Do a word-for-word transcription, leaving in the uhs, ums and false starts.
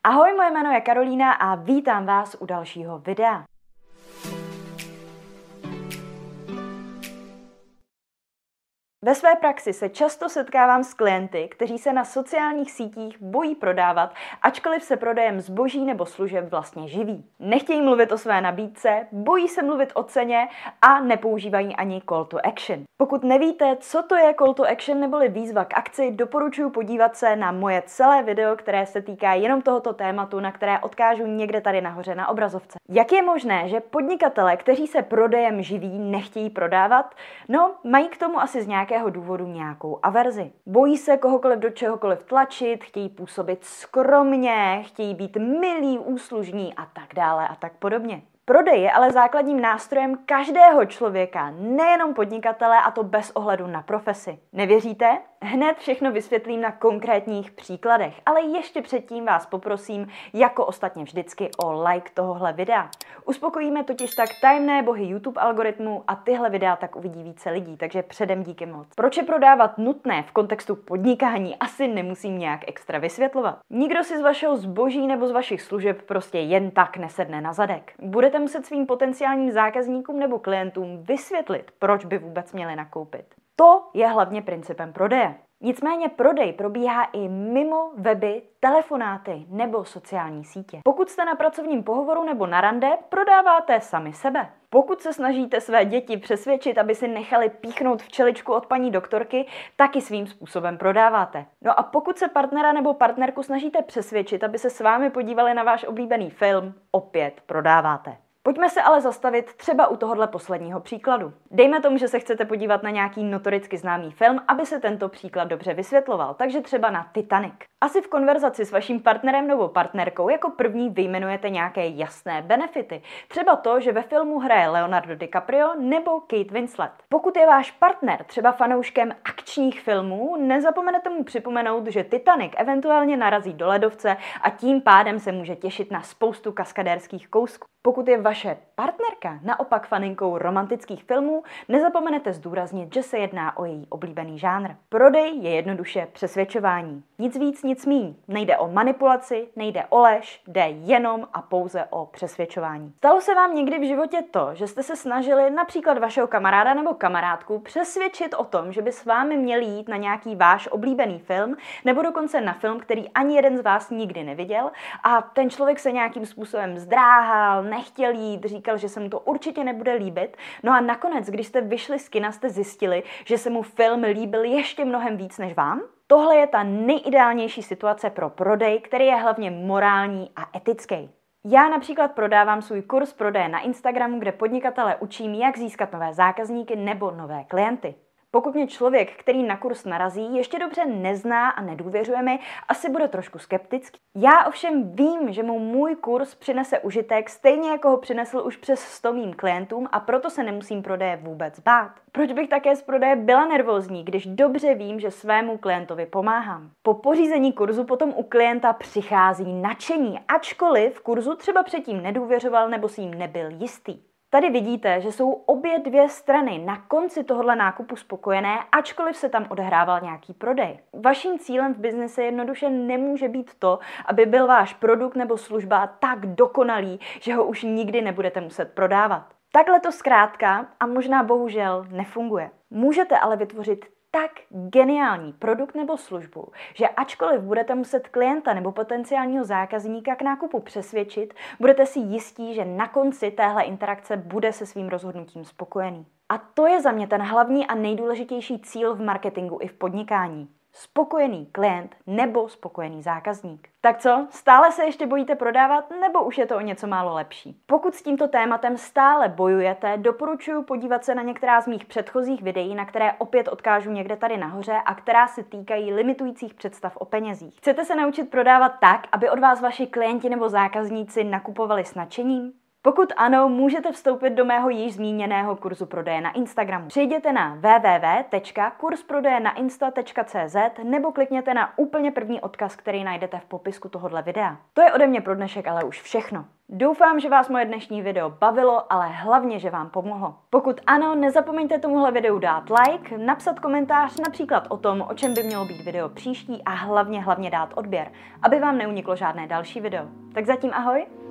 Ahoj, moje jméno je Karolína a vítám vás u dalšího videa. Ve své praxi se často setkávám s klienty, kteří se na sociálních sítích bojí prodávat, ačkoliv se prodejem zboží nebo služeb vlastně živí. Nechtějí mluvit o své nabídce, bojí se mluvit o ceně a nepoužívají ani call to action. Pokud nevíte, co to je call to action neboli výzva k akci, doporučuji podívat se na moje celé video, které se týká jenom tohoto tématu, na které odkážu někde tady nahoře na obrazovce. Jak je možné, že podnikatelé, kteří se prodejem živí, nechtějí prodávat? No, mají k tomu asi z nějakého důvodu nějakou averzi. Bojí se kohokoliv do čehokoliv tlačit, chtějí působit skromně, chtějí být milí, úslužní a tak dále a tak podobně. Prodej je ale základním nástrojem každého člověka, nejenom podnikatele, a to bez ohledu na profesi. Nevěříte? Hned všechno vysvětlím na konkrétních příkladech, ale ještě předtím vás poprosím, jako ostatně vždycky, o like tohohle videa. Uspokojíme totiž tak tajemné bohy YouTube algoritmu a tyhle videa tak uvidí více lidí, takže předem díky moc. Proč je prodávat nutné v kontextu podnikání, asi nemusím nějak extra vysvětlovat. Nikdo si z vašeho zboží nebo z vašich služeb prostě jen tak nesedne na zadek. Budete muset svým potenciálním zákazníkům nebo klientům vysvětlit, proč by vůbec měli nakoupit. To je hlavně principem prodeje. Nicméně prodej probíhá i mimo weby, telefonáty nebo sociální sítě. Pokud jste na pracovním pohovoru nebo na rande, prodáváte sami sebe. Pokud se snažíte své děti přesvědčit, aby si nechali píchnout včeličku od paní doktorky, taky svým způsobem prodáváte. No a pokud se partnera nebo partnerku snažíte přesvědčit, aby se s vámi podívali na váš oblíbený film, opět prodáváte. Pojďme se ale zastavit třeba u tohohle posledního příkladu. Dejme tomu, že se chcete podívat na nějaký notoricky známý film, aby se tento příklad dobře vysvětloval, takže třeba na Titanic. Asi v konverzaci s vaším partnerem nebo partnerkou jako první vyjmenujete nějaké jasné benefity. Třeba to, že ve filmu hraje Leonardo DiCaprio nebo Kate Winslet. Pokud je váš partner třeba fanouškem akčních filmů, nezapomenete mu připomenout, že Titanic eventuálně narazí do ledovce a tím pádem se může těšit na spoustu kaskadérských kousků. Pokud je vaše partnerka naopak faninkou romantických filmů, nezapomenete zdůraznit, že se jedná o její oblíbený žánr. Prodej je jednoduše přesvědčování. Nic víc, nic míň. Nejde o manipulaci, nejde o lež, jde jenom a pouze o přesvědčování. Stalo se vám někdy v životě to, že jste se snažili například vašeho kamaráda nebo kamarádku přesvědčit o tom, že by s vámi měli jít na nějaký váš oblíbený film, nebo dokonce na film, který ani jeden z vás nikdy neviděl, a ten člověk se nějakým způsobem zdráhal, nechtěl jít, říkal, že se mu to určitě nebude líbit. No a nakonec, když jste vyšli z kina, jste zjistili, že se mu film líbil ještě mnohem víc než vám? Tohle je ta nejideálnější situace pro prodej, který je hlavně morální a etický. Já například prodávám svůj kurz prodeje na Instagramu, kde podnikatele učím, jak získat nové zákazníky nebo nové klienty. Pokud mě člověk, který na kurz narazí, ještě dobře nezná a nedůvěřuje mi, asi bude trošku skeptický. Já ovšem vím, že mu můj kurz přinese užitek, stejně jako ho přinesl už přes sto mým klientům, a proto se nemusím prodeje vůbec bát. Proč bych také z prodeje byla nervózní, když dobře vím, že svému klientovi pomáhám? Po pořízení kurzu potom u klienta přichází nadšení, ačkoliv v kurzu třeba předtím nedůvěřoval nebo si jim nebyl jistý. Tady vidíte, že jsou obě dvě strany na konci tohohle nákupu spokojené, ačkoliv se tam odehrával nějaký prodej. Vaším cílem v biznise jednoduše nemůže být to, aby byl váš produkt nebo služba tak dokonalý, že ho už nikdy nebudete muset prodávat. Takhle to zkrátka a možná bohužel nefunguje. Můžete ale vytvořit tak geniální produkt nebo službu, že ačkoliv budete muset klienta nebo potenciálního zákazníka k nákupu přesvědčit, budete si jistí, že na konci téhle interakce bude se svým rozhodnutím spokojený. A to je za mě ten hlavní a nejdůležitější cíl v marketingu i v podnikání. Spokojený klient nebo spokojený zákazník. Tak co, stále se ještě bojíte prodávat, nebo už je to o něco málo lepší? Pokud s tímto tématem stále bojujete, doporučuji podívat se na některá z mých předchozích videí, na které opět odkážu někde tady nahoře a která se týkají limitujících představ o penězích. Chcete se naučit prodávat tak, aby od vás vaši klienti nebo zákazníci nakupovali s nadšením? Pokud ano, můžete vstoupit do mého již zmíněného kurzu prodeje na Instagramu. Přijděte na w w w tečka kurs prodeje na insta tečka c z nebo klikněte na úplně první odkaz, který najdete v popisku tohohle videa. To je ode mě pro dnešek ale už všechno. Doufám, že vás moje dnešní video bavilo, ale hlavně, že vám pomohlo. Pokud ano, nezapomeňte tomuhle videu dát like, napsat komentář například o tom, o čem by mělo být video příští a hlavně hlavně dát odběr, aby vám neuniklo žádné další video. Tak zatím ahoj!